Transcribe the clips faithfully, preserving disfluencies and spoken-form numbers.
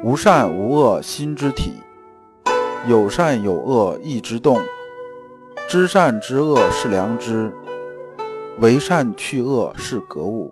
无善无恶心之体，有善有恶意之动。知善知恶是良知，为善去恶是格物。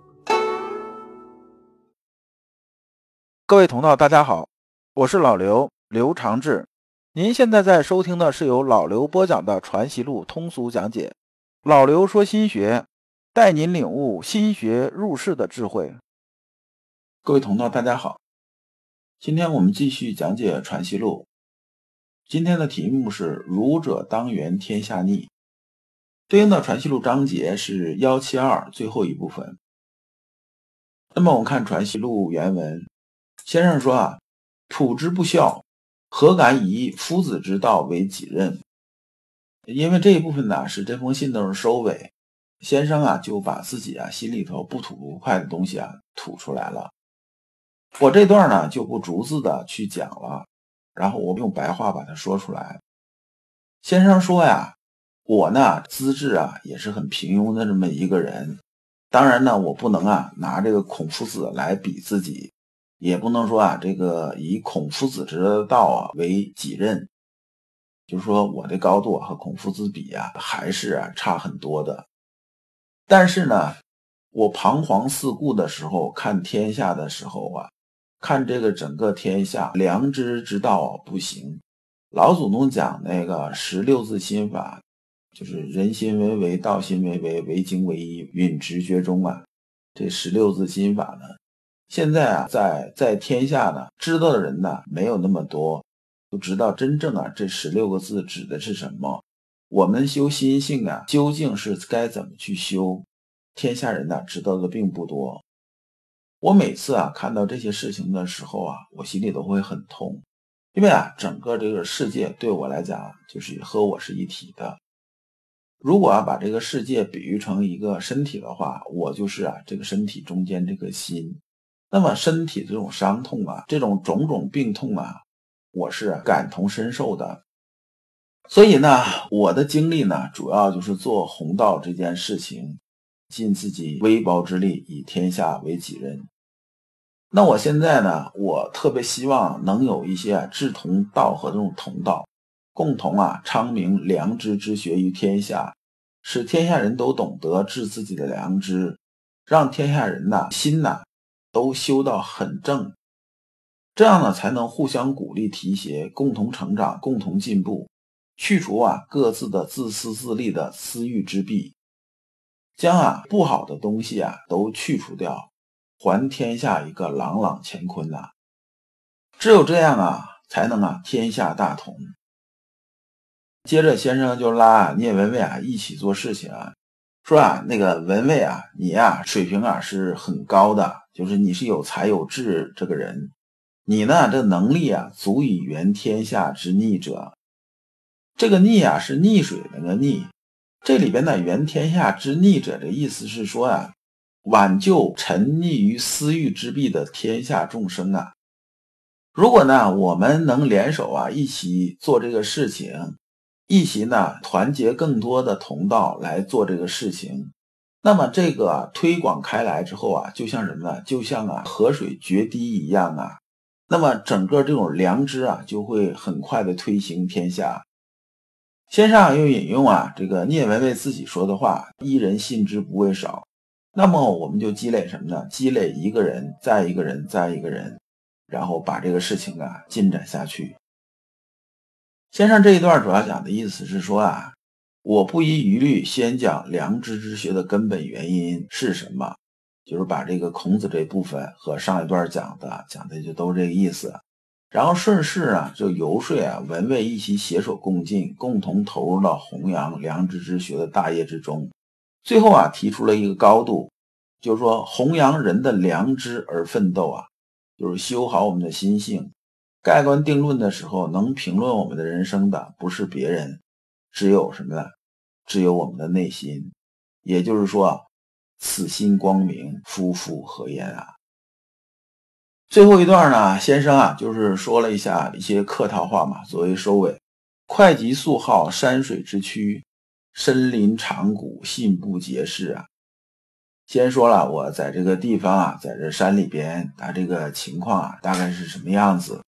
各位同道大家好，我是老刘，刘长志。您现在在收听的是由老刘播讲的传习录通俗讲解。老刘说心学，带您领悟心学入世的智慧。各位同道大家好，今天我们继续讲解传习录。今天的题目是儒者当原天下逆，对应的传习录章节是一七二最后一部分。那么我们看传习录原文，先生说啊，仆之不孝，何敢以夫子之道为己任？因为这一部分呢是这封信的收尾，先生啊就把自己啊心里头不吐不快的东西啊吐出来了。我这段呢就不逐字的去讲了，然后我用白话把它说出来。先生说呀，我呢资质啊也是很平庸的这么一个人，当然呢我不能啊拿这个孔夫子来比自己，也不能说啊这个以孔夫子之道啊为己任，就是说我的高度啊和孔夫子比啊还是啊差很多的。但是呢我彷徨四顾的时候，看天下的时候啊，看这个整个天下良知之道啊不行。老祖宗讲那个十六字心法，就是人心为为，道心为为，为精为一，允直觉中啊，这十六字心法呢，现在啊在在天下呢知道的人呢没有那么多，不知道真正啊这十六个字指的是什么。我们修心性啊究竟是该怎么去修，天下人呢知道的并不多。我每次啊看到这些事情的时候啊，我心里都会很痛，因为啊整个这个世界对我来讲就是和我是一体的。如果啊把这个世界比喻成一个身体的话，我就是啊这个身体中间这个心。那么身体这种伤痛啊，这种种种病痛啊，我是感同身受的。所以呢我的经历呢主要就是做弘道这件事情，尽自己微薄之力，以天下为己任。那我现在呢我特别希望能有一些啊志同道合这种同道，共同啊昌明良知之学于天下，使天下人都懂得治自己的良知，让天下人呐心呐都修到很正，这样呢才能互相鼓励提携，共同成长，共同进步，去除啊各自的自私自利的私欲之弊，将啊不好的东西啊都去除掉，还天下一个朗朗乾坤呐、啊！只有这样啊才能啊天下大同。接着先生就拉聂文蔚啊一起做事情啊，说啊那个文蔚啊你啊水平啊是很高的，就是你是有才有智这个人，你呢这能力啊足以圆天下之逆者。这个逆啊是溺水那个逆，这里边的圆天下之逆者的意思是说啊，挽救沉溺于私欲之弊的天下众生啊。如果呢我们能联手啊一起做这个事情，一起呢团结更多的同道来做这个事情，那么这个啊推广开来之后啊，就像什么呢？就像啊河水决堤一样啊，那么整个这种良知啊就会很快的推行天下。先生又引用啊这个聂文蔚自己说的话，一人信之不为少。那么我们就积累什么呢？积累一个人再一个人再一个人，然后把这个事情啊进展下去。先生这一段主要讲的意思是说啊，我不遗余力先讲良知之学的根本原因是什么，就是把这个孔子这部分和上一段讲的讲的就都这个意思，然后顺势啊就游说啊文蔚一起携手共进，共同投入到弘扬良知之学的大业之中。最后啊提出了一个高度，就是说弘扬人的良知而奋斗啊，就是修好我们的心性。盖棺定论的时候，能评论我们的人生的不是别人，只有什么呢？只有我们的内心。也就是说，此心光明，夫复何言啊？最后一段呢，先生啊，就是说了一下一些客套话嘛，作为收尾。会稽素好山水之区，深林长谷，信不结事啊。先说了我在这个地方啊，在这山里边，它这个情况啊，大概是什么样子。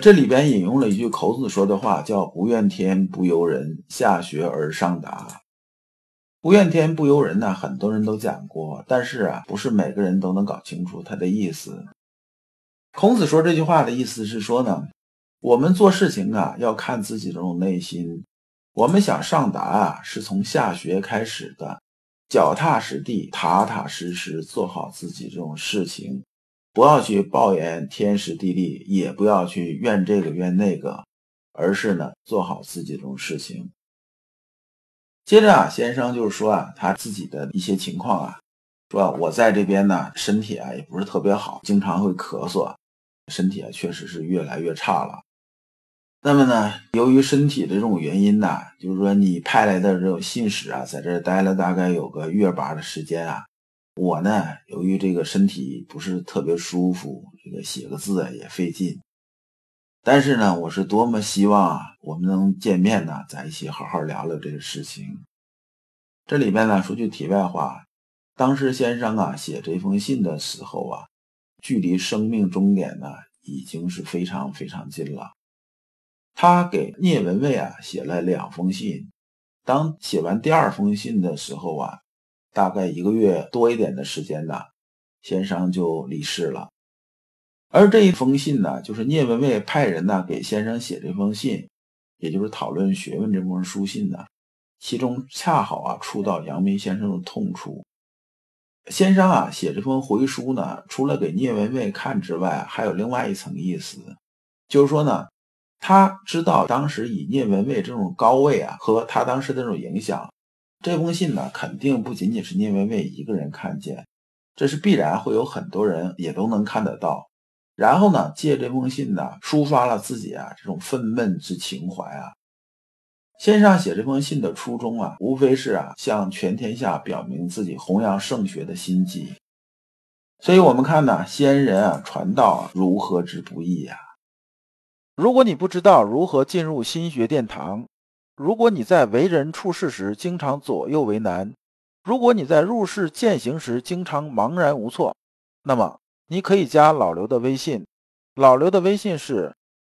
这里边引用了一句孔子说的话，叫不怨天不尤人，下学而上达。不怨天不尤人呢，很多人都讲过，但是啊，不是每个人都能搞清楚它的意思。孔子说这句话的意思是说呢，我们做事情啊，要看自己这种内心。我们想上达啊，是从下学开始的，脚踏实地、踏踏实实做好自己这种事情，不要去抱怨天时地利，也不要去怨这个怨那个，而是呢，做好自己这种事情。接着啊，先生就是说啊，他自己的一些情况啊，说我在这边呢，身体啊也不是特别好，经常会咳嗽，身体啊确实是越来越差了。那么呢，由于身体的这种原因呢，就是说你派来的这种信使啊，在这待了大概有个月把的时间啊，我呢，由于这个身体不是特别舒服，这个写个字啊也费劲。但是呢，我是多么希望啊，我们能见面呢，在一起好好聊聊这个事情。这里边呢，说句题外话，当时先生啊写这封信的时候啊，距离生命终点呢，已经是非常非常近了。他给聂文蔚啊写了两封信，当写完第二封信的时候啊，大概一个月多一点的时间呢，先生就离世了。而这一封信呢，就是聂文蔚派人呢给先生写这封信，也就是讨论学问这封书信呢，其中恰好啊触到阳明先生的痛处。先生啊写这封回书呢，除了给聂文蔚看之外，还有另外一层意思，就是说呢，他知道当时以聂文蔚这种高位啊和他当时的这种影响，这封信呢肯定不仅仅是聂文蔚一个人看见，这是必然会有很多人也都能看得到。然后呢，借这封信呢，抒发了自己啊这种愤懑之情怀啊。先生写这封信的初衷啊，无非是啊向全天下表明自己弘扬圣学的心迹。所以我们看呢，先人啊传道啊如何之不易啊！如果你不知道如何进入心学殿堂，如果你在为人处事时经常左右为难，如果你在入世践行时经常茫然无措，那么你可以加老刘的微信，老刘的微信是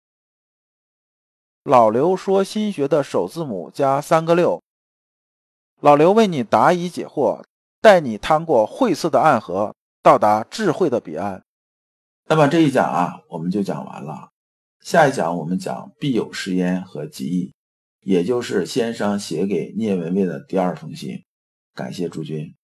老刘说心学的首字母加三个六，老刘为你答疑解惑，带你趟过晦涩的暗河，到达智慧的彼岸。那么这一讲啊，我们就讲完了。下一讲我们讲必有是焉和极易，也就是先生写给聂文蔚的第二封信。感谢诸君。